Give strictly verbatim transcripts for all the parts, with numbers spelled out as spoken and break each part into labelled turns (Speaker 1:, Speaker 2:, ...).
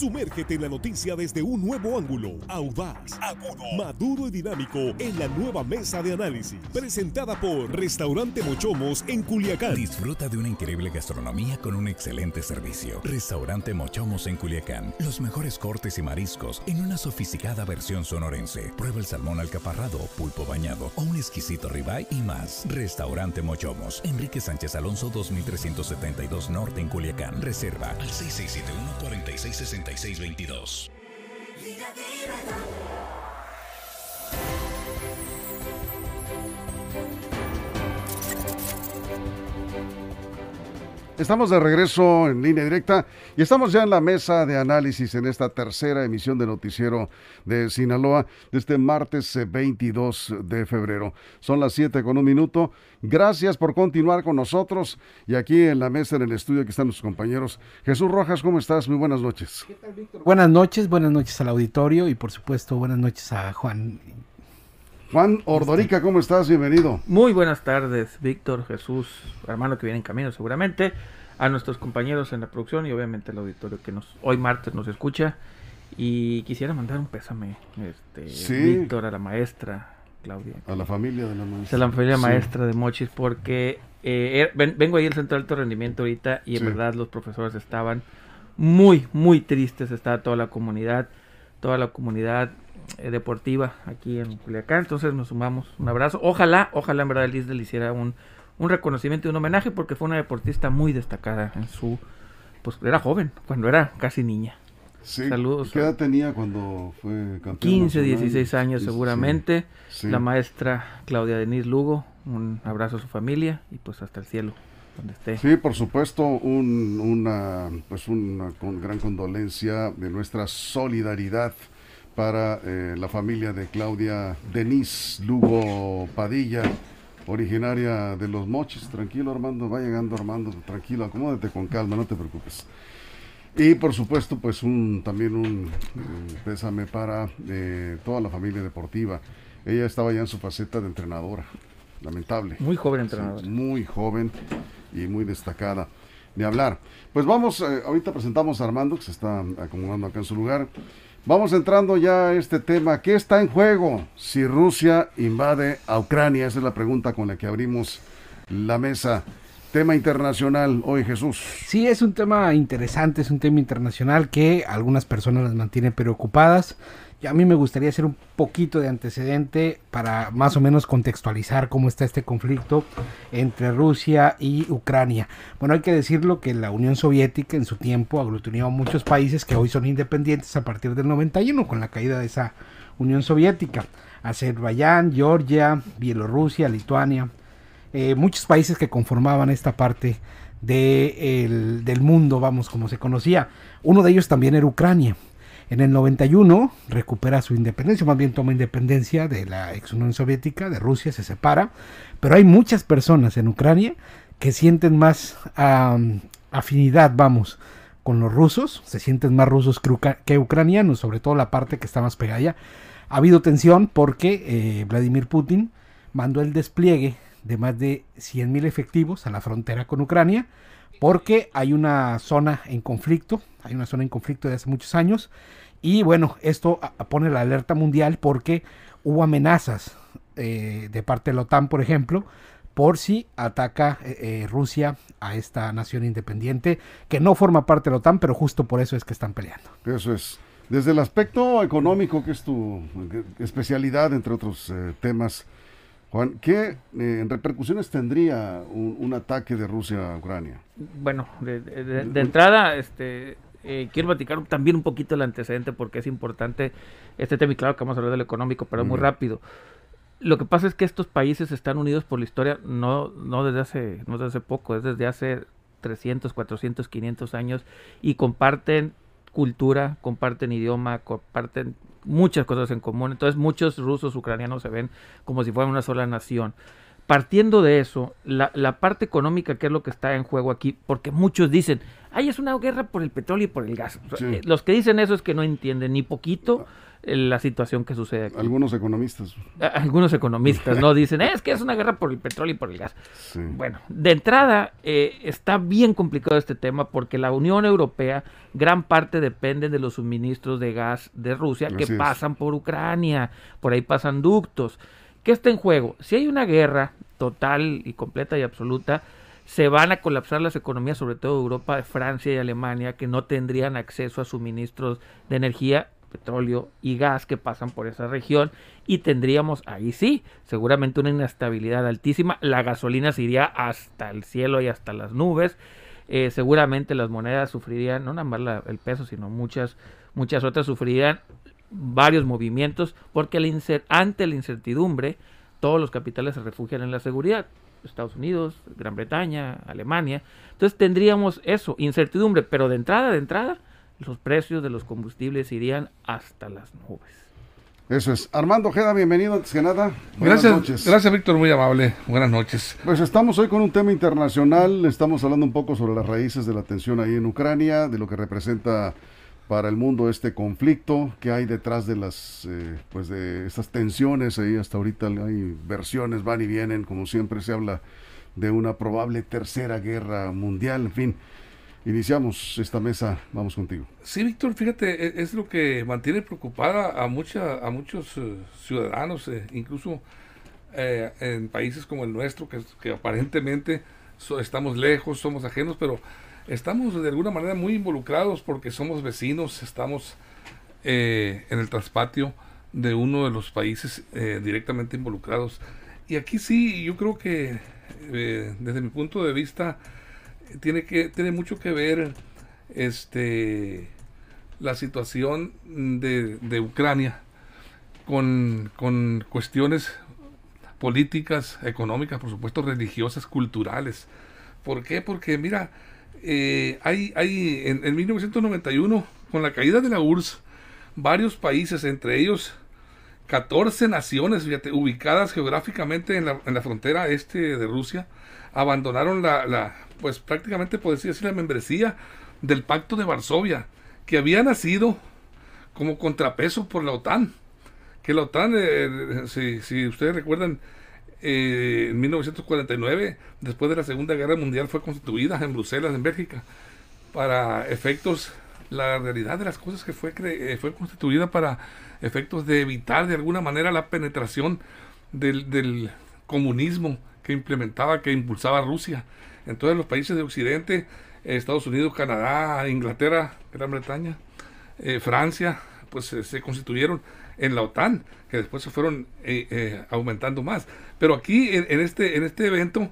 Speaker 1: Sumérgete en la noticia desde un nuevo ángulo, audaz, agudo, maduro y dinámico en la nueva mesa de análisis, presentada por Restaurante Mochomos en Culiacán.
Speaker 2: Disfruta de una increíble gastronomía con un excelente servicio. Restaurante Mochomos en Culiacán. Los mejores cortes y mariscos en una sofisticada versión sonorense. Prueba el salmón alcaparrado, pulpo bañado o un exquisito ribeye y más. Restaurante Mochomos, Enrique Sánchez Alonso dos mil trescientos setenta y dos Norte en Culiacán. Reserva al seis seis siete uno, cuatro seis, seis seis dos dos.
Speaker 3: Estamos de regreso en Línea Directa y estamos ya en la mesa de análisis en esta tercera emisión de Noticiero de Sinaloa de este martes veintidós de febrero. Son las siete con un minuto. Gracias por continuar con nosotros y aquí en la mesa, en el estudio, aquí están nuestros compañeros. Jesús Rojas, ¿cómo estás? Muy buenas noches.
Speaker 4: ¿Qué tal, Víctor? Buenas noches, buenas noches al auditorio y por supuesto buenas noches a Juan.
Speaker 3: Juan Ordorica, ¿cómo estás? Bienvenido.
Speaker 5: Muy buenas tardes, Víctor, Jesús, hermano que viene en camino seguramente, a nuestros compañeros en la producción y obviamente al auditorio que nos hoy martes nos escucha. Y quisiera mandar un pésame, este,
Speaker 3: sí.
Speaker 5: Víctor, a la maestra Claudia.
Speaker 3: A la familia de la maestra.
Speaker 5: A la familia
Speaker 3: sí.
Speaker 5: maestra de Mochis, porque eh, ven, vengo ahí al Centro de Alto Rendimiento ahorita y en
Speaker 3: sí.
Speaker 5: verdad los profesores estaban muy, muy tristes, estaba toda la comunidad, toda la comunidad deportiva aquí en Culiacán, entonces nos sumamos, un abrazo, ojalá, ojalá en verdad el I S D le hiciera un, un reconocimiento y un homenaje porque fue una deportista muy destacada en su, pues era joven, cuando era casi niña.
Speaker 3: Sí.
Speaker 5: Saludos.
Speaker 3: ¿Qué edad tenía cuando fue campeón?
Speaker 5: quince,
Speaker 3: nacional?
Speaker 5: dieciséis años seguramente,
Speaker 3: sí.
Speaker 5: La maestra Claudia Denise Lugo, un abrazo a su familia y pues hasta el cielo, donde esté.
Speaker 3: Sí, por supuesto, un, una, pues una con gran condolencia de nuestra solidaridad para eh, la familia de Claudia Denise Lugo Padilla, originaria de Los Mochis. Tranquilo, Armando, va llegando Armando, tranquilo, acomódate con calma, no te preocupes. Y por supuesto, pues un también un, un pésame para eh, toda la familia deportiva. Ella estaba ya en su faceta de entrenadora, lamentable.
Speaker 5: Muy joven entrenadora.
Speaker 3: Sí, muy joven y muy destacada. Ni hablar. Pues vamos, eh, ahorita presentamos a Armando, que se está acomodando acá en su lugar. Vamos entrando ya a este tema. ¿Qué está en juego si Rusia invade a Ucrania? Esa es la pregunta con la que abrimos la mesa. Tema internacional hoy, Jesús.
Speaker 4: Sí, es un tema interesante, es un tema internacional que a algunas personas las mantiene preocupadas. Y a mí me gustaría hacer un poquito de antecedente para más o menos contextualizar cómo está este conflicto entre Rusia y Ucrania. Bueno, hay que decirlo que la Unión Soviética en su tiempo aglutinó a muchos países que hoy son independientes a partir del noventa y uno con la caída de esa Unión Soviética. Azerbaiyán, Georgia, Bielorrusia, Lituania, eh, muchos países que conformaban esta parte de el, del mundo, vamos, como se conocía. Uno de ellos también era Ucrania. En el noventa y uno recupera su independencia, más bien toma independencia de la ex Unión Soviética, de Rusia, se separa, pero hay muchas personas en Ucrania que sienten más um, afinidad, vamos, con los rusos, se sienten más rusos que, uca- que ucranianos, sobre todo la parte que está más pegada allá. Ha habido tensión porque eh, Vladimir Putin mandó el despliegue de más de cien mil efectivos a la frontera con Ucrania, porque hay una zona en conflicto, hay una zona en conflicto de hace muchos años, y bueno, esto a, a pone la alerta mundial porque hubo amenazas eh, de parte de la OTAN, por ejemplo, por si ataca eh, eh, Rusia a esta nación independiente, que no forma parte de la OTAN, pero justo por eso es que están peleando.
Speaker 3: Eso es. Desde el aspecto económico, que es tu especialidad, entre otros eh, temas, Juan, ¿qué eh, repercusiones tendría un, un ataque de Rusia a Ucrania?
Speaker 5: Bueno, de, de, de, de entrada, este, eh, quiero platicar también un poquito el antecedente porque es importante este tema y claro que vamos a hablar del económico, pero mm. muy rápido. Lo que pasa es que estos países están unidos por la historia, no, no desde hace, no desde hace poco, es desde hace trescientos, cuatrocientos, quinientos años y comparten cultura, comparten idioma, comparten muchas cosas en común. Entonces muchos rusos, ucranianos se ven como si fueran una sola nación. Partiendo de eso, la, la parte económica, que es lo que está en juego aquí, porque muchos dicen, ay, es una guerra por el petróleo y por el gas. O sea, sí. eh, los que dicen eso es que no entienden ni poquito la situación que sucede aquí.
Speaker 3: Algunos economistas.
Speaker 5: Algunos economistas no dicen, eh, es que es una guerra por el petróleo y por el gas. Sí. Bueno, de entrada eh, está bien complicado este tema porque la Unión Europea, gran parte depende de los suministros de gas de Rusia que Así pasan es. por Ucrania, por ahí pasan ductos. ¿Qué está en juego? Si hay una guerra total y completa y absoluta, se van a colapsar las economías, sobre todo Europa, Francia y Alemania, que no tendrían acceso a suministros de energía, petróleo y gas que pasan por esa región, y tendríamos ahí sí, seguramente una inestabilidad altísima, la gasolina se iría hasta el cielo y hasta las nubes, eh, seguramente las monedas sufrirían, no nada más la, el peso, sino muchas, muchas otras sufrirían varios movimientos, porque la incer- ante la incertidumbre, todos los capitales se refugian en la seguridad. Estados Unidos, Gran Bretaña, Alemania. Entonces tendríamos eso, incertidumbre, pero de entrada, de entrada, los precios de los combustibles irían hasta las nubes.
Speaker 3: Eso es. Armando Ojeda, bienvenido antes que nada.
Speaker 6: Buenas gracias, noches. Gracias, Víctor, muy amable. Buenas noches.
Speaker 3: Pues estamos hoy con un tema internacional, estamos hablando un poco sobre las raíces de la tensión ahí en Ucrania, de lo que representa para el mundo este conflicto que hay detrás de las eh, pues de estas tensiones ahí. Hasta ahorita hay versiones, van y vienen, como siempre se habla de una probable tercera guerra mundial. En fin, iniciamos esta mesa, vamos contigo.
Speaker 6: Sí, Víctor, fíjate, es lo que mantiene preocupada a mucha a muchos uh, ciudadanos, eh, incluso eh, en países como el nuestro, que, que aparentemente so, estamos lejos, somos ajenos, pero estamos de alguna manera muy involucrados porque somos vecinos, estamos eh, en el traspatio de uno de los países eh, directamente involucrados. Y aquí sí, yo creo que eh, desde mi punto de vista tiene que tiene mucho que ver este la situación de, de Ucrania con, con cuestiones políticas, económicas, por supuesto, religiosas, culturales. ¿Por qué? Porque mira, Eh, hay, hay en, en mil novecientos noventa y uno, con la caída de la U R S S, varios países, entre ellos catorce naciones, fíjate, ubicadas geográficamente en la, en la frontera este de Rusia, abandonaron la, la, pues prácticamente por decir así, la membresía del Pacto de Varsovia, que había nacido como contrapeso por la OTAN, que la OTAN, eh, si, si ustedes recuerdan, Eh, en mil novecientos cuarenta y nueve, después de la Segunda Guerra Mundial, fue constituida en Bruselas, en Bélgica, para efectos, la realidad de las cosas que fue, cre- fue constituida para efectos de evitar de alguna manera la penetración del, del comunismo que implementaba, que impulsaba Rusia. Entonces los países de Occidente, eh, Estados Unidos, Canadá, Inglaterra, Gran Bretaña, eh, Francia, pues eh, se constituyeron en la OTAN, que después se fueron eh, eh, aumentando más. Pero aquí en, en este en este evento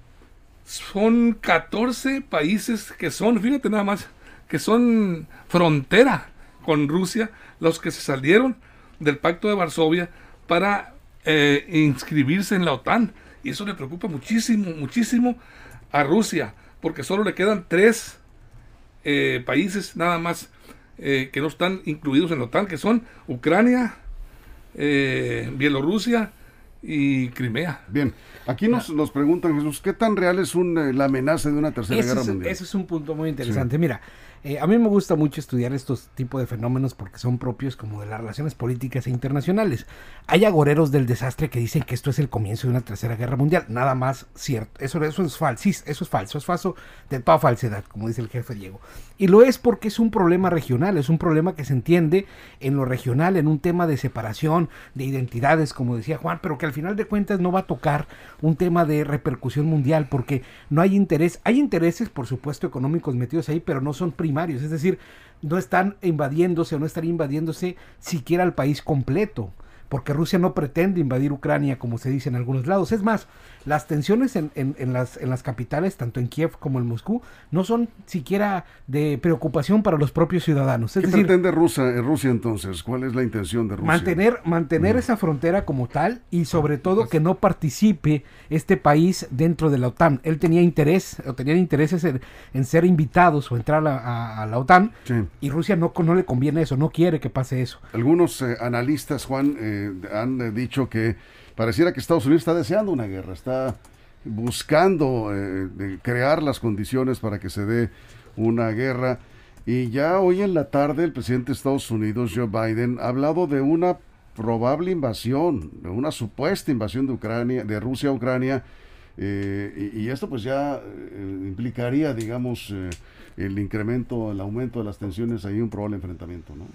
Speaker 6: son catorce países que son, fíjate nada más, que son frontera con Rusia, los que se salieron del Pacto de Varsovia para eh, inscribirse en la OTAN. Y eso le preocupa muchísimo, muchísimo a Rusia, porque solo le quedan tres eh, países nada más Eh, que no están incluidos en la OTAN, que son Ucrania, eh, Bielorrusia y Crimea.
Speaker 3: Bien, aquí nos, nos preguntan, Jesús, ¿qué tan real es un, eh, la amenaza de una tercera
Speaker 4: ese
Speaker 3: guerra
Speaker 4: es,
Speaker 3: mundial?
Speaker 4: Ese es un punto muy interesante. Sí. Mira, eh, a mí me gusta mucho estudiar estos tipos de fenómenos porque son propios como de las relaciones políticas e internacionales. Hay agoreros del desastre que dicen que esto es el comienzo de una tercera guerra mundial. Nada más cierto. Eso, eso es falso. Sí, eso es falso. Es falso de toda falsedad, como dice el jefe Diego. Y lo es porque es un problema regional. Es un problema que se entiende en lo regional, en un tema de separación, de identidades, como decía Juan, pero que al final de cuentas no va a tocar un tema de repercusión mundial porque no hay interés. Hay intereses, por supuesto, económicos metidos ahí, pero no son primarios. Es decir, no están invadiéndose o no están invadiéndose siquiera al país completo, porque Rusia no pretende invadir Ucrania como se dice en algunos lados. Es más, las tensiones en, en, en, las, en las capitales, tanto en Kiev como en Moscú, no son siquiera de preocupación para los propios ciudadanos. Es
Speaker 3: ¿Qué
Speaker 4: decir,
Speaker 3: pretende Rusia, Rusia entonces? ¿Cuál es la intención de Rusia?
Speaker 4: Mantener, mantener mm. esa frontera como tal y sobre todo que no participe este país dentro de la OTAN. Él tenía interés, o tenían intereses en, en ser invitados o entrar a, a, a la OTAN, sí. Y Rusia no, no le conviene eso, no quiere que pase eso.
Speaker 3: Algunos eh, analistas, Juan, eh, han eh, dicho que pareciera que Estados Unidos está deseando una guerra, está buscando eh, de crear las condiciones para que se dé una guerra. Y ya hoy en la tarde el presidente de Estados Unidos, Joe Biden, ha hablado de una probable invasión, de una supuesta invasión de Ucrania, de Rusia a Ucrania, eh, y, y esto pues ya eh, implicaría, digamos, eh, el incremento, el aumento de las tensiones, ahí un probable enfrentamiento, ¿no?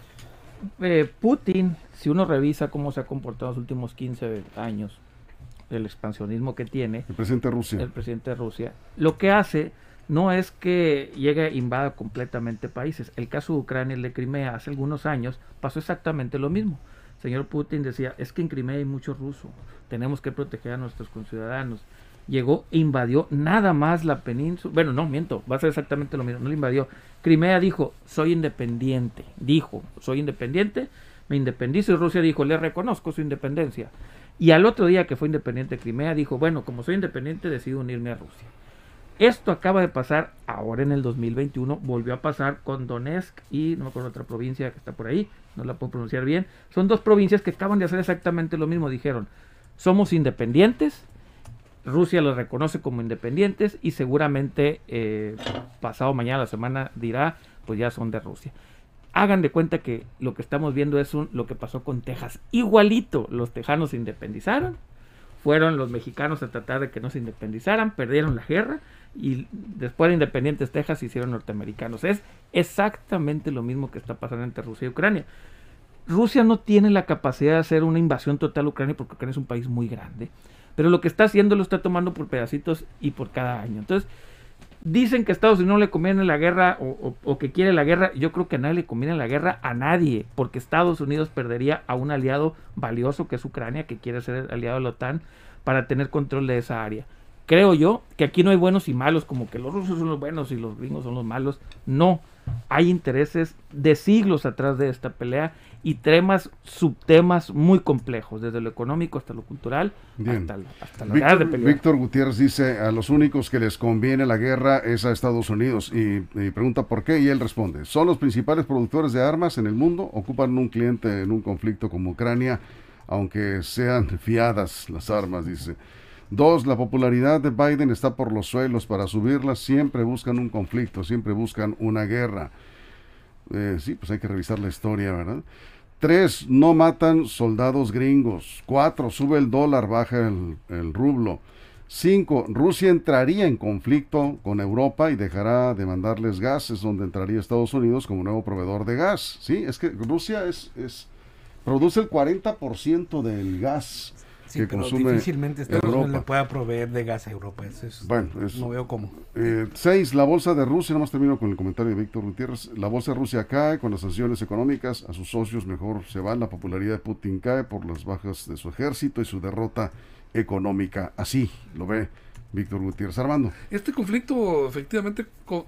Speaker 5: Eh, Putin, si uno revisa cómo se ha comportado en los últimos quince años, el expansionismo que tiene,
Speaker 3: el presidente de Rusia,
Speaker 5: el presidente de Rusia, lo que hace no es que llegue e invada completamente países. El caso de Ucrania, el de Crimea, hace algunos años pasó exactamente lo mismo. El señor Putin decía, es que en Crimea hay mucho ruso, tenemos que proteger a nuestros conciudadanos. Llegó e invadió nada más la península, bueno, no, miento, va a ser exactamente lo mismo, no lo invadió. Crimea dijo, soy independiente, dijo, soy independiente, me independizo, y Rusia dijo, le reconozco su independencia. Y al otro día que fue independiente Crimea, dijo, bueno, como soy independiente, decido unirme a Rusia. Esto acaba de pasar ahora en el dos mil veintiuno, volvió a pasar con Donetsk y no me acuerdo otra provincia que está por ahí, no la puedo pronunciar bien. Son dos provincias que acaban de hacer exactamente lo mismo, dijeron, somos independientes, Rusia los reconoce como independientes y seguramente eh, pasado mañana la semana dirá, pues ya son de Rusia. Hagan de cuenta que lo que estamos viendo es un, lo que pasó con Texas. Igualito, los tejanos se independizaron, fueron los mexicanos a tratar de que no se independizaran, perdieron la guerra y después de independientes Texas se hicieron norteamericanos. Es exactamente lo mismo que está pasando entre Rusia y Ucrania. Rusia no tiene la capacidad de hacer una invasión total a Ucrania porque Ucrania es un país muy grande. Pero lo que está haciendo lo está tomando por pedacitos y por cada año. Entonces, dicen que a Estados Unidos no le conviene la guerra o, o, o que quiere la guerra. Yo creo que a nadie le conviene la guerra, a nadie, porque Estados Unidos perdería a un aliado valioso que es Ucrania, que quiere ser aliado de la OTAN, para tener control de esa área. Creo yo que aquí no hay buenos y malos, como que los rusos son los buenos y los gringos son los malos. No, hay intereses de siglos atrás de esta pelea y temas, subtemas muy complejos, desde lo económico hasta lo cultural,
Speaker 3: Bien.
Speaker 5: hasta, hasta la
Speaker 3: Víctor,
Speaker 5: de pelea.
Speaker 3: Víctor Gutiérrez dice, a los únicos que les conviene la guerra es a Estados Unidos, y, y pregunta por qué, y él responde, son los principales productores de armas en el mundo, ocupan un cliente en un conflicto como Ucrania, aunque sean fiadas las armas, dice. Dos, la popularidad de Biden está por los suelos. Para subirla siempre buscan un conflicto, siempre buscan una guerra. Eh, sí, pues hay que revisar la historia, ¿verdad? Tres, no matan soldados gringos. Cuatro, sube el dólar, baja el, el rublo. Cinco, Rusia entraría en conflicto con Europa y dejará de mandarles gas, es donde entraría Estados Unidos como nuevo proveedor de gas. Sí, es que Rusia es, es produce el cuarenta por ciento del gas
Speaker 4: Sí,
Speaker 3: que
Speaker 4: pero
Speaker 3: consume
Speaker 4: difícilmente Estados
Speaker 3: Europa.
Speaker 4: Unidos le pueda proveer de gas a Europa. Eso es,
Speaker 3: Bueno, es,
Speaker 4: no veo cómo.
Speaker 3: Eh, seis, la bolsa de Rusia, nomás termino con el comentario de Víctor Gutiérrez, la bolsa de Rusia cae con las sanciones económicas, a sus socios mejor se van, la popularidad de Putin cae por las bajas de su ejército y su derrota económica. Así lo ve Víctor Gutiérrez. Armando.
Speaker 6: Este conflicto, efectivamente, co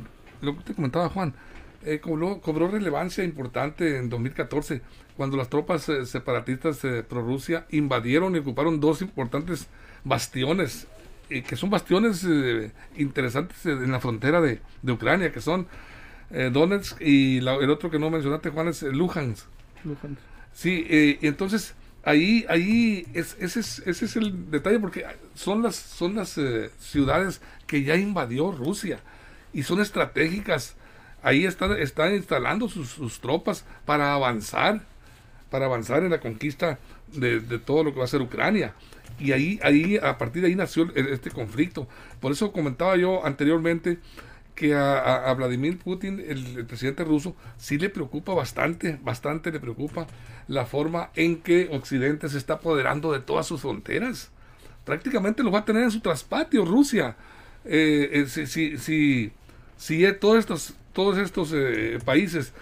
Speaker 6: lo que te comentaba Juan, eh, cobró, cobró relevancia importante en dos mil catorce, cuando las tropas eh, separatistas eh, pro-Rusia invadieron y ocuparon dos importantes bastiones, eh, que son bastiones eh, interesantes eh, en la frontera de, de Ucrania, que son eh, Donetsk y la, el otro que no mencionaste, Juan, es eh, Luhansk.
Speaker 5: Luhansk.
Speaker 6: Sí, eh, entonces ahí, ahí es, ese, es, ese es el detalle, porque son las, son las eh, ciudades que ya invadió Rusia y son estratégicas. Ahí están, están instalando sus, sus tropas para avanzar, para avanzar en la conquista de, de todo lo que va a ser Ucrania. Y ahí, ahí, a partir de ahí nació el, este conflicto. Por eso comentaba yo anteriormente que a, a, a Vladimir Putin, el, el presidente ruso, sí le preocupa bastante, bastante le preocupa la forma en que Occidente se está apoderando de todas sus fronteras. Prácticamente lo va a tener en su traspatio Rusia. Eh, eh, si, si, si, si eh, todos estos, todos estos eh, países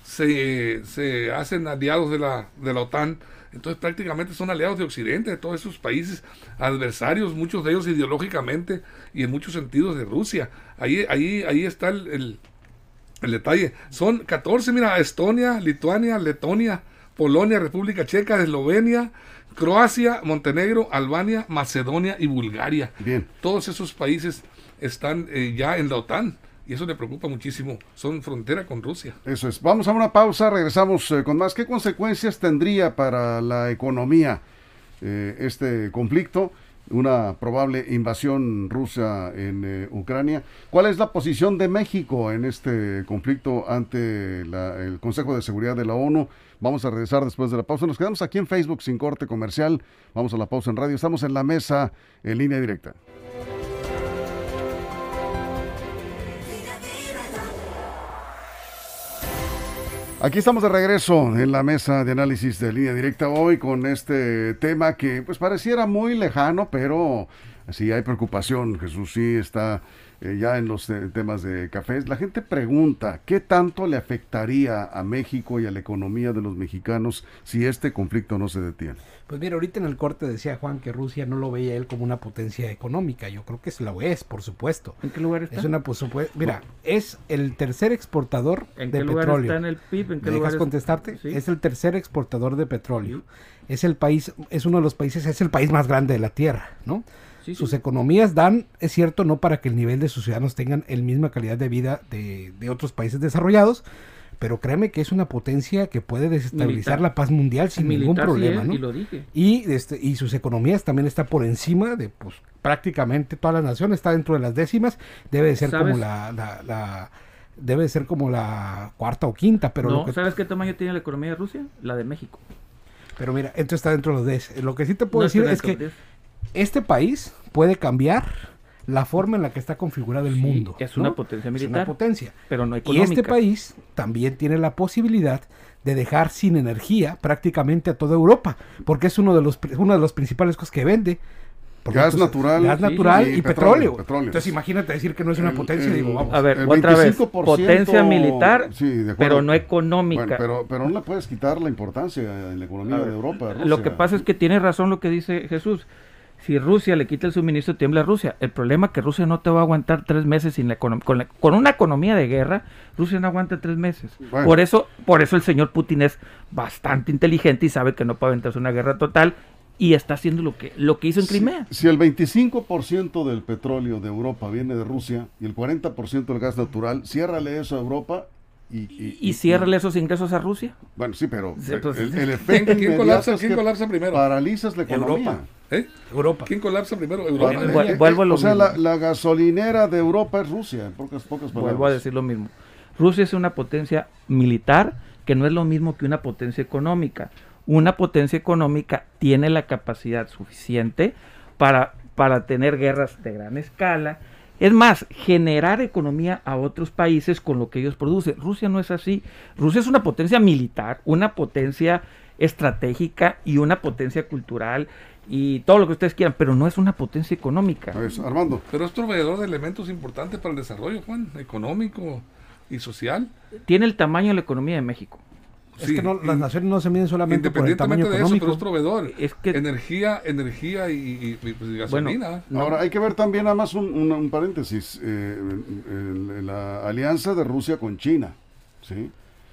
Speaker 6: se, se hacen aliados de la, de la OTAN, entonces prácticamente son aliados de Occidente, de todos esos países adversarios, muchos de ellos ideológicamente y en muchos sentidos de Rusia. Ahí, ahí, ahí está el, el, el detalle. Son catorce, mira, Estonia, Lituania, Letonia, Polonia, República Checa, Eslovenia, Croacia, Montenegro, Albania, Macedonia y Bulgaria.
Speaker 3: Bien.
Speaker 6: Todos esos países están eh, ya en la OTAN. Y eso le preocupa muchísimo. Son frontera con Rusia.
Speaker 3: Eso es. Vamos a una pausa, regresamos eh, con más. ¿Qué consecuencias tendría para la economía eh, este conflicto? una probable invasión rusa en eh, Ucrania. ¿Cuál es la posición de México en este conflicto ante la, el Consejo de Seguridad de la ONU? Vamos a regresar después de la pausa. Nos quedamos aquí en Facebook sin corte comercial. Vamos a la pausa en radio. Estamos en la mesa en línea directa. Aquí estamos de regreso en la mesa de análisis de Línea Directa hoy con este tema que pues pareciera muy lejano, pero sí hay preocupación. Jesús sí está eh, ya en los eh, temas de cafés. La gente pregunta, ¿qué tanto le afectaría a México y a la economía de los mexicanos si este conflicto no se detiene?
Speaker 4: Pues mira, ahorita en el corte decía Juan que Rusia no lo veía él como una potencia económica. Yo creo que se lo es, por supuesto.
Speaker 5: ¿En qué lugar está?
Speaker 4: Es una, por supuesto, mira, es el tercer exportador
Speaker 5: ¿En
Speaker 4: de
Speaker 5: qué lugar
Speaker 4: petróleo.
Speaker 5: está en el P I B? ¿En qué
Speaker 4: ¿Me
Speaker 5: lugar
Speaker 4: dejas
Speaker 5: es-
Speaker 4: contestarte?
Speaker 5: Sí.
Speaker 4: Es el tercer exportador de petróleo. Es el país, es uno de los países, es el país más grande de la Tierra, ¿no?
Speaker 5: Sí,
Speaker 4: Sus
Speaker 5: sí.
Speaker 4: economías dan, es cierto, no para que el nivel de sus ciudadanos tengan la misma calidad de vida de, de otros países desarrollados, pero créeme que es una potencia que puede desestabilizar
Speaker 5: Militar.
Speaker 4: la paz mundial sin
Speaker 5: Militar,
Speaker 4: ningún
Speaker 5: sí,
Speaker 4: problema,
Speaker 5: ¿eh?
Speaker 4: ¿no?
Speaker 5: Y lo dije.
Speaker 4: Y, este, y sus economías también está por encima de pues prácticamente todas las naciones, está dentro de las décimas, debe de ser
Speaker 5: ¿Sabes?
Speaker 4: como la, la, la- debe de ser como la cuarta o quinta, pero
Speaker 5: no,
Speaker 4: lo que,
Speaker 5: ¿sabes qué tamaño tiene la economía de Rusia? La de México.
Speaker 4: pero mira, esto está dentro de los décimas. Lo que sí te puedo
Speaker 5: No
Speaker 4: decir
Speaker 5: está
Speaker 4: es
Speaker 5: dentro
Speaker 4: que
Speaker 5: de diez.
Speaker 4: este país puede cambiar la forma en la que está configurado el
Speaker 5: Sí,
Speaker 4: mundo.
Speaker 5: es
Speaker 4: ¿no?
Speaker 5: una potencia
Speaker 4: Es una
Speaker 5: militar.
Speaker 4: potencia.
Speaker 5: Pero no
Speaker 4: Y
Speaker 5: económica.
Speaker 4: este país también tiene la posibilidad de dejar sin energía prácticamente a toda Europa, porque es uno de los pri- una de las principales cosas que vende.
Speaker 3: Gas natural.
Speaker 4: gas
Speaker 3: Sí,
Speaker 4: natural
Speaker 3: sí,
Speaker 4: y
Speaker 3: y
Speaker 4: petróleo.
Speaker 3: petróleo, petróleo.
Speaker 4: Entonces imagínate decir que no es una
Speaker 3: El-
Speaker 4: potencia,
Speaker 3: el-
Speaker 4: digo, vamos.
Speaker 5: A ver,
Speaker 3: El
Speaker 5: otra vez.
Speaker 3: veinticinco por ciento
Speaker 5: Potencia militar,
Speaker 3: sí, de acuerdo.
Speaker 5: pero no económica.
Speaker 3: Bueno, pero, pero no le puedes quitar la importancia en la economía
Speaker 5: A
Speaker 3: de
Speaker 5: ver,
Speaker 3: Europa. de Rusia.
Speaker 5: Lo que pasa es que tiene razón lo que dice Jesús. Si Rusia le quita el suministro, tiembla Rusia. El problema es que Rusia no te va a aguantar tres meses sin la econom- con, la- con una economía de guerra. Rusia no aguanta tres meses.
Speaker 3: Bueno.
Speaker 5: Por eso, por eso el señor Putin es bastante inteligente y sabe que no puede aventarse una guerra total y está haciendo lo que lo que hizo en Crimea.
Speaker 3: Si, si el veinticinco por ciento del petróleo de Europa viene de Rusia y el cuarenta por ciento del gas natural, ciérrale eso a Europa y...
Speaker 5: Y, y ciérrale esos ingresos a Rusia.
Speaker 3: Bueno, sí, pero
Speaker 5: Sí, pues,
Speaker 3: el,
Speaker 5: sí.
Speaker 3: el efecto
Speaker 6: ¿Quién, quién
Speaker 3: inmediato
Speaker 6: colapsa,
Speaker 3: es
Speaker 6: quién
Speaker 3: que
Speaker 6: colapsa primero?
Speaker 3: paralizas la economía.
Speaker 4: Europa.
Speaker 6: ¿Eh?
Speaker 4: Europa.
Speaker 6: ¿Quién colapsa primero?
Speaker 3: Para-
Speaker 6: Europa.
Speaker 5: Vu-
Speaker 3: eh,
Speaker 5: vuelvo a
Speaker 3: eh,
Speaker 5: lo
Speaker 3: o sea,
Speaker 5: mismo.
Speaker 3: la, la gasolinera de Europa es Rusia, en pocas, pocas palabras.
Speaker 5: Vuelvo a decir lo mismo. Rusia es una potencia militar que no es lo mismo que una potencia económica. Una potencia económica tiene la capacidad suficiente para, para tener guerras de gran escala. Es más, generar economía a otros países con lo que ellos producen. Rusia no es así. Rusia es una potencia militar, una potencia estratégica y una potencia cultural y todo lo que ustedes quieran, pero no es una potencia económica.
Speaker 3: A ver, Armando.
Speaker 6: Pero es proveedor de elementos importantes para el desarrollo, Juan, económico y social.
Speaker 5: Tiene el tamaño de la economía de México.
Speaker 4: Es
Speaker 6: Sí,
Speaker 4: que no, las
Speaker 6: in-
Speaker 4: naciones no se miden solamente por el tamaño
Speaker 6: Independientemente de eso, pero
Speaker 4: económico.
Speaker 6: es proveedor.
Speaker 5: Es que-
Speaker 6: Energía, energía y, y- y, pues, gasolina.
Speaker 5: No.
Speaker 3: Ahora hay que ver también, nada más un, un- un paréntesis, eh, el- el- la alianza de Rusia con China, ¿sí?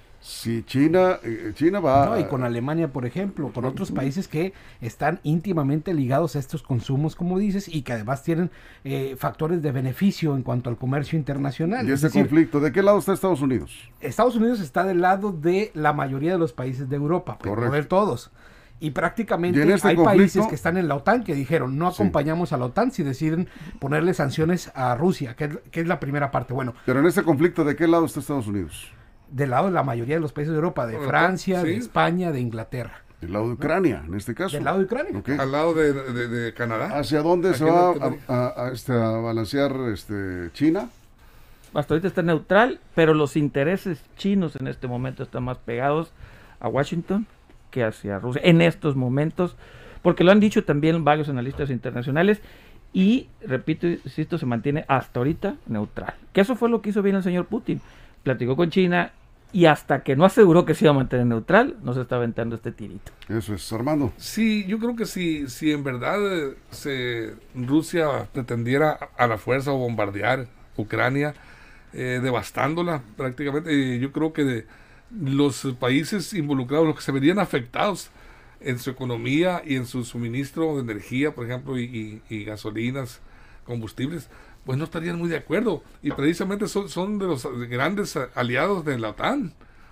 Speaker 3: Si China, eh, China va...
Speaker 4: No, y con Alemania, por ejemplo, con otros países que están íntimamente ligados a estos consumos, como dices, y que además tienen eh, factores de beneficio en cuanto al comercio internacional.
Speaker 3: Y
Speaker 4: Es
Speaker 3: este
Speaker 4: decir,
Speaker 3: conflicto, ¿de qué lado está Estados Unidos?
Speaker 4: Estados Unidos está del lado de la mayoría de los países de Europa, pero no
Speaker 3: Correcto.
Speaker 4: de todos. Y prácticamente
Speaker 3: Y en este
Speaker 4: hay
Speaker 3: conflicto-
Speaker 4: países que están en la OTAN que dijeron no
Speaker 3: Sí.
Speaker 4: acompañamos a la OTAN si deciden ponerle sanciones a Rusia, que es, que es la primera parte. Bueno,
Speaker 3: Pero en este conflicto, ¿de qué lado está Estados Unidos?
Speaker 4: del lado de la mayoría de los países de Europa, de
Speaker 6: Bueno,
Speaker 4: Francia,
Speaker 6: sí.
Speaker 4: de España, de Inglaterra.
Speaker 3: Del lado de Ucrania, en este caso.
Speaker 4: Del lado de Ucrania.
Speaker 3: Ok.
Speaker 6: Al lado de, de- de Canadá.
Speaker 3: ¿Hacia dónde se
Speaker 6: Aquí en
Speaker 3: va
Speaker 6: Norteamérica.
Speaker 3: a, a- a, este, a balancear este, China?
Speaker 5: Hasta ahorita está neutral, pero los intereses chinos en este momento están más pegados a Washington que hacia Rusia en estos momentos, porque lo han dicho también varios analistas internacionales y, repito, si esto se mantiene hasta ahorita neutral. Que eso fue lo que hizo bien el señor Putin. Platicó con China y hasta que no aseguró que se iba a mantener neutral, no se está aventando este tirito.
Speaker 3: Eso es, Armando.
Speaker 6: Sí, yo creo que si, si en verdad eh, se, Rusia pretendiera a, a la fuerza bombardear Ucrania, eh, devastándola prácticamente, eh, yo creo que de los países involucrados, los que se verían afectados en su economía y en su suministro de energía, por ejemplo, y, y- y gasolinas, combustibles, pues no estarían muy de acuerdo. Y precisamente son, son de los grandes aliados de la OTAN.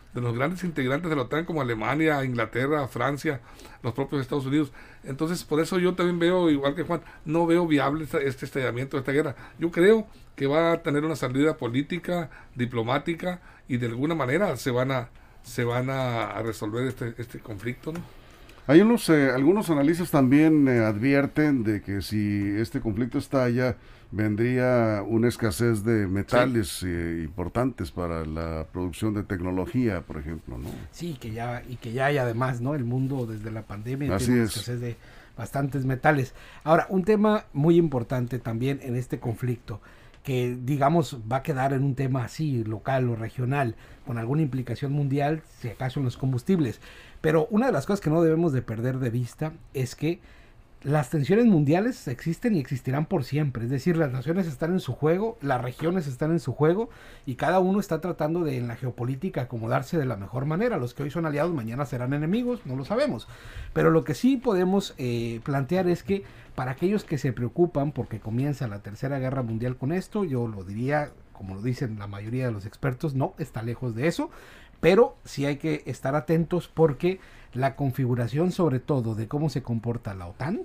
Speaker 6: de los grandes integrantes de la OTAN como Alemania, Inglaterra, Francia, los propios Estados Unidos. Entonces, por eso yo también veo, igual que Juan, no veo viable esta, este estallamiento de esta guerra. Yo creo que va a tener una salida política, diplomática, y de alguna manera se van a se van a, a resolver este, este conflicto, ¿no?
Speaker 3: Hay unos, eh, algunos analistas también eh, advierten de que si este conflicto estalla, vendría una escasez de metales sí. eh, importantes para la producción de tecnología, por ejemplo, ¿no?
Speaker 4: Sí, que ya, y que ya hay además, ¿no? El mundo desde la pandemia
Speaker 3: Así
Speaker 4: tiene una
Speaker 3: es.
Speaker 4: escasez de bastantes metales. Ahora, un tema muy importante también en este conflicto, que digamos va a quedar en un tema así, local o regional, con alguna implicación mundial, si acaso en los combustibles. Pero una de las cosas que no debemos de perder de vista es que las tensiones mundiales existen y existirán por siempre. Es decir, las naciones están en su juego, las regiones están en su juego, y cada uno está tratando de en la geopolítica acomodarse de la mejor manera. Los que hoy son aliados mañana serán enemigos, no lo sabemos. Pero lo que sí podemos eh, plantear es que para aquellos que se preocupan porque comienza la tercera guerra mundial con esto, yo lo diría, como lo dicen la mayoría de los expertos, no, está lejos de eso. Pero sí hay que estar atentos porque la configuración sobre todo de cómo se comporta la OTAN,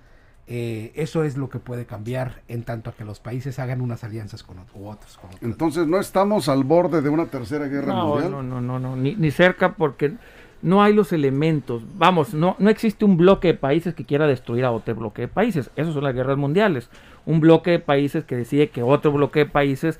Speaker 4: eh, eso es lo que puede cambiar en tanto a que los países hagan unas alianzas con otros u otros con otros.
Speaker 3: Entonces no estamos al borde de una tercera guerra
Speaker 5: no,
Speaker 3: mundial.
Speaker 5: No, no, no, no, ni, ni cerca, porque no hay los elementos. Vamos, no, no existe un bloque de países que quiera destruir a otro bloque de países. Esas son las guerras mundiales. Un bloque de países que decide que otro bloque de países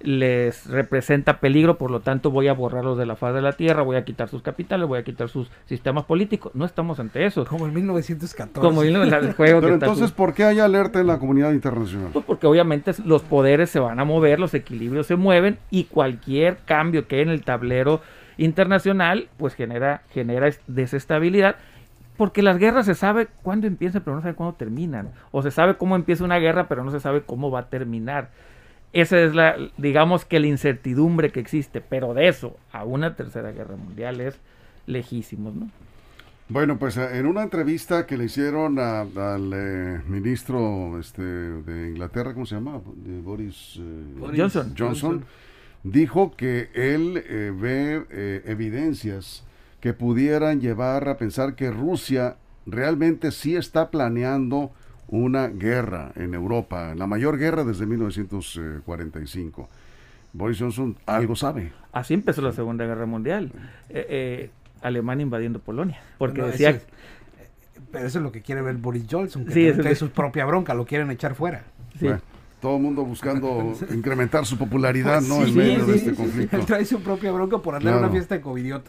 Speaker 5: les representa peligro, por lo tanto voy a borrarlos de la faz de la tierra, voy a quitar sus capitales, voy a quitar sus sistemas políticos. No estamos ante eso.
Speaker 4: Como en mil novecientos catorce.
Speaker 5: Como en el juego.
Speaker 3: Pero
Speaker 5: que
Speaker 3: entonces,
Speaker 5: está...
Speaker 3: ¿por qué hay alerta en la comunidad internacional?
Speaker 5: Pues porque obviamente los poderes se van a mover, los equilibrios se mueven, y cualquier cambio que hay en el tablero internacional pues genera, genera desestabilidad. Porque las guerras se sabe cuándo empiezan, pero no se sabe cuándo terminan. O se sabe cómo empieza una guerra, pero no se sabe cómo va a terminar. Esa es la, digamos que la incertidumbre que existe, pero de eso a una tercera guerra mundial es lejísimos, ¿no?
Speaker 3: Bueno, pues en una entrevista que le hicieron a, al eh, ministro este, de Inglaterra, ¿cómo se llama? De Boris, eh,
Speaker 5: Boris Johnson.
Speaker 3: Johnson, dijo que él eh, ve eh, evidencias que pudieran llevar a pensar que Rusia realmente sí está planeando una guerra en Europa, la mayor guerra desde mil novecientos cuarenta y cinco. Boris Johnson algo sabe.
Speaker 5: Así empezó la Segunda Guerra Mundial. Eh, eh, Alemania invadiendo Polonia. Porque
Speaker 4: no,
Speaker 5: decía...
Speaker 4: Eso es, pero eso es lo que quiere ver Boris Johnson, que
Speaker 5: sí,
Speaker 4: trae
Speaker 5: es
Speaker 4: su propia bronca, lo quieren echar fuera.
Speaker 5: Sí.
Speaker 3: Bueno, todo el mundo buscando incrementar su popularidad, ¿no?
Speaker 4: Sí,
Speaker 3: en medio
Speaker 4: sí,
Speaker 3: de
Speaker 4: sí,
Speaker 3: este
Speaker 4: sí,
Speaker 3: conflicto.
Speaker 4: Él trae su propia bronca por andar
Speaker 3: Claro.
Speaker 4: en una fiesta de covidiota.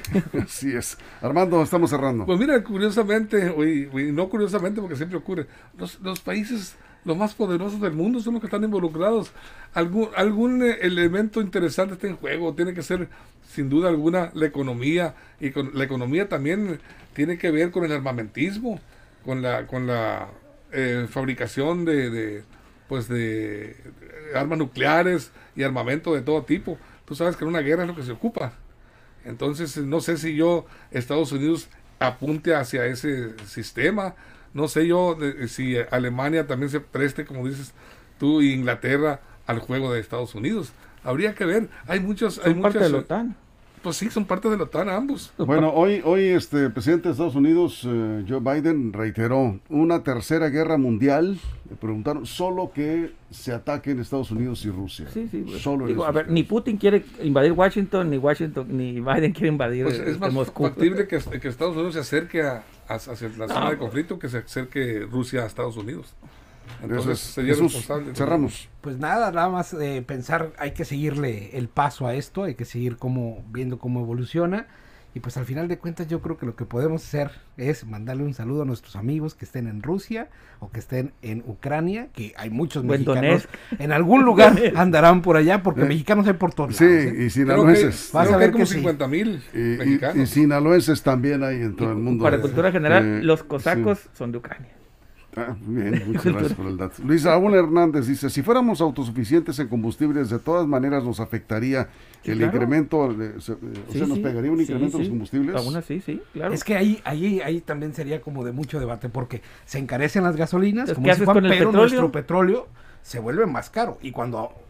Speaker 3: Así es. Armando, estamos cerrando.
Speaker 6: Pues mira, curiosamente, y, y no curiosamente porque siempre ocurre, los, los países los más poderosos del mundo son los que están involucrados. Algún, algún eh, elemento interesante está en juego, tiene que ser sin duda alguna la economía, y con la economía también tiene que ver con el armamentismo, con la con la eh, fabricación de, de pues de armas nucleares y armamento de todo tipo. Tú sabes que en una guerra es lo que se ocupa. Entonces no sé si yo, Estados Unidos, apunte hacia ese sistema. No sé yo de, si Alemania también se preste, como dices tú, y Inglaterra al juego de Estados Unidos. Habría que ver. Hay muchos...
Speaker 5: Son
Speaker 6: hay
Speaker 5: parte
Speaker 6: muchas,
Speaker 5: de la OTAN.
Speaker 6: Pues sí, son parte de la OTAN ambos.
Speaker 3: Bueno, hoy, hoy este el presidente de Estados Unidos, eh, Joe Biden, reiteró una tercera guerra mundial. Le preguntaron solo que se ataquen Estados Unidos y Rusia.
Speaker 5: Sí, sí. Pues,
Speaker 3: Solo
Speaker 5: digo,
Speaker 3: eso.
Speaker 5: a ver, ni Putin quiere invadir Washington, ni Washington, ni Biden quiere invadir
Speaker 6: Pues
Speaker 5: eh,
Speaker 6: es más
Speaker 5: Moscú.
Speaker 6: factible que, que Estados Unidos se acerque a, a- hacia la zona de conflicto que se acerque Rusia a Estados Unidos. Entonces
Speaker 3: Eso es.
Speaker 6: sería
Speaker 3: Jesús,
Speaker 6: responsable.
Speaker 3: cerramos.
Speaker 4: Pues nada, nada más eh, pensar, hay que seguirle el paso a esto, hay que seguir cómo, viendo cómo evoluciona. Y pues al final de cuentas yo creo que lo que podemos hacer es mandarle un saludo a nuestros amigos que estén en Rusia o que estén en Ucrania, que hay muchos
Speaker 5: O en
Speaker 4: mexicanos.
Speaker 5: Donetsk.
Speaker 4: En algún lugar andarán por allá, porque
Speaker 3: Eh,
Speaker 4: mexicanos hay por todos
Speaker 3: Sí,
Speaker 4: lados. ¿eh?
Speaker 3: y
Speaker 6: Creo que,
Speaker 3: sinaloenses.
Speaker 4: Vas
Speaker 6: creo
Speaker 4: a
Speaker 6: que hay
Speaker 4: ver
Speaker 6: como
Speaker 4: que sí.
Speaker 6: cincuenta mil
Speaker 3: Y, y-
Speaker 6: mexicanos.
Speaker 3: y sinaloenses también hay en todo el mundo.
Speaker 5: Para cultura general,
Speaker 3: Eh,
Speaker 5: los cosacos
Speaker 3: sí.
Speaker 5: son de Ucrania.
Speaker 3: Ah, bien, muchas gracias por el dato. Luis Raúl Hernández dice, si fuéramos autosuficientes en combustibles, de todas maneras nos afectaría
Speaker 5: Sí,
Speaker 3: el
Speaker 5: claro.
Speaker 3: incremento, de- se- eh, o
Speaker 5: Sí,
Speaker 3: sea, nos
Speaker 5: sí.
Speaker 3: pegaría un
Speaker 5: Sí,
Speaker 3: incremento en los
Speaker 5: sí.
Speaker 3: combustibles.
Speaker 5: Aún así, sí, claro.
Speaker 4: Es que ahí, ahí, ahí también sería como de mucho debate, porque se encarecen las gasolinas,
Speaker 5: Entonces,
Speaker 4: como
Speaker 5: ¿qué
Speaker 4: dice
Speaker 5: haces
Speaker 4: Juan,
Speaker 5: con el
Speaker 4: pero
Speaker 5: petróleo?
Speaker 4: nuestro petróleo se vuelve más caro. Y cuando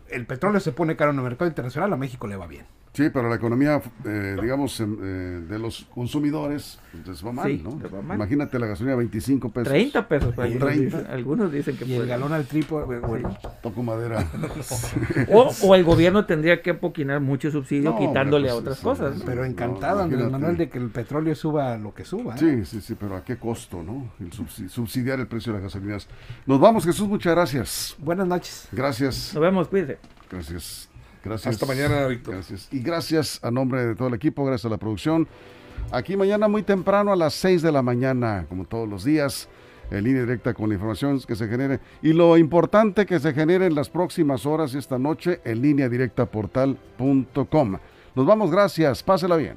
Speaker 4: el petróleo se pone caro en el mercado internacional, a México le va bien.
Speaker 3: Sí, pero la economía, eh, digamos, eh, de los consumidores, pues va mal,
Speaker 5: Sí,
Speaker 3: ¿no?
Speaker 5: va mal.
Speaker 3: Imagínate la gasolina veinticinco pesos.
Speaker 5: treinta pesos. Pues, algunos,
Speaker 3: treinta.
Speaker 5: dicen, algunos dicen que
Speaker 4: Y el
Speaker 5: puede.
Speaker 4: galón al tripo, bueno,
Speaker 3: Toco madera.
Speaker 5: O, o el gobierno tendría que apoquinar mucho subsidio
Speaker 3: No,
Speaker 5: quitándole
Speaker 3: pues,
Speaker 5: a otras
Speaker 3: sí,
Speaker 5: cosas.
Speaker 3: sí.
Speaker 4: pero
Speaker 3: No,
Speaker 4: encantado, Andrés
Speaker 3: imagínate.
Speaker 4: Manuel, de que el petróleo suba lo que suba. ¿eh?
Speaker 3: Sí, sí, sí, pero ¿a qué costo, no? El subsi- subsidiar el precio de las gasolinas. Nos vamos, Jesús, muchas gracias.
Speaker 4: Buenas noches.
Speaker 3: Gracias,
Speaker 5: Nos vemos, cuídense.
Speaker 3: gracias. Gracias.
Speaker 6: Hasta mañana, Víctor.
Speaker 3: Gracias. Y gracias a nombre de todo el equipo, gracias a la producción. Aquí mañana muy temprano a las seis de la mañana, como todos los días, en línea directa con la información que se genere. Y lo importante que se genere en las próximas horas y esta noche en línea directa portal punto com. Nos vamos, gracias, pásela bien.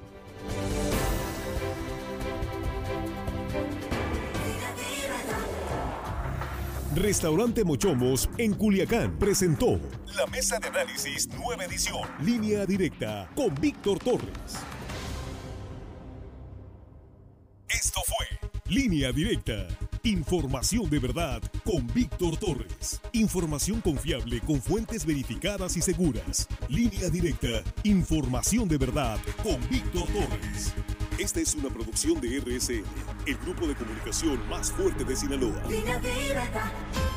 Speaker 1: Restaurante Mochomos en Culiacán presentó la mesa de análisis nueva edición, línea directa con Víctor Torres. Esto fue Línea Directa, información de verdad con Víctor Torres. Información confiable con fuentes verificadas y seguras. Línea Directa, información de verdad con Víctor Torres. Esta es una producción de R S N, el grupo de comunicación más fuerte de Sinaloa.
Speaker 7: Línea directa.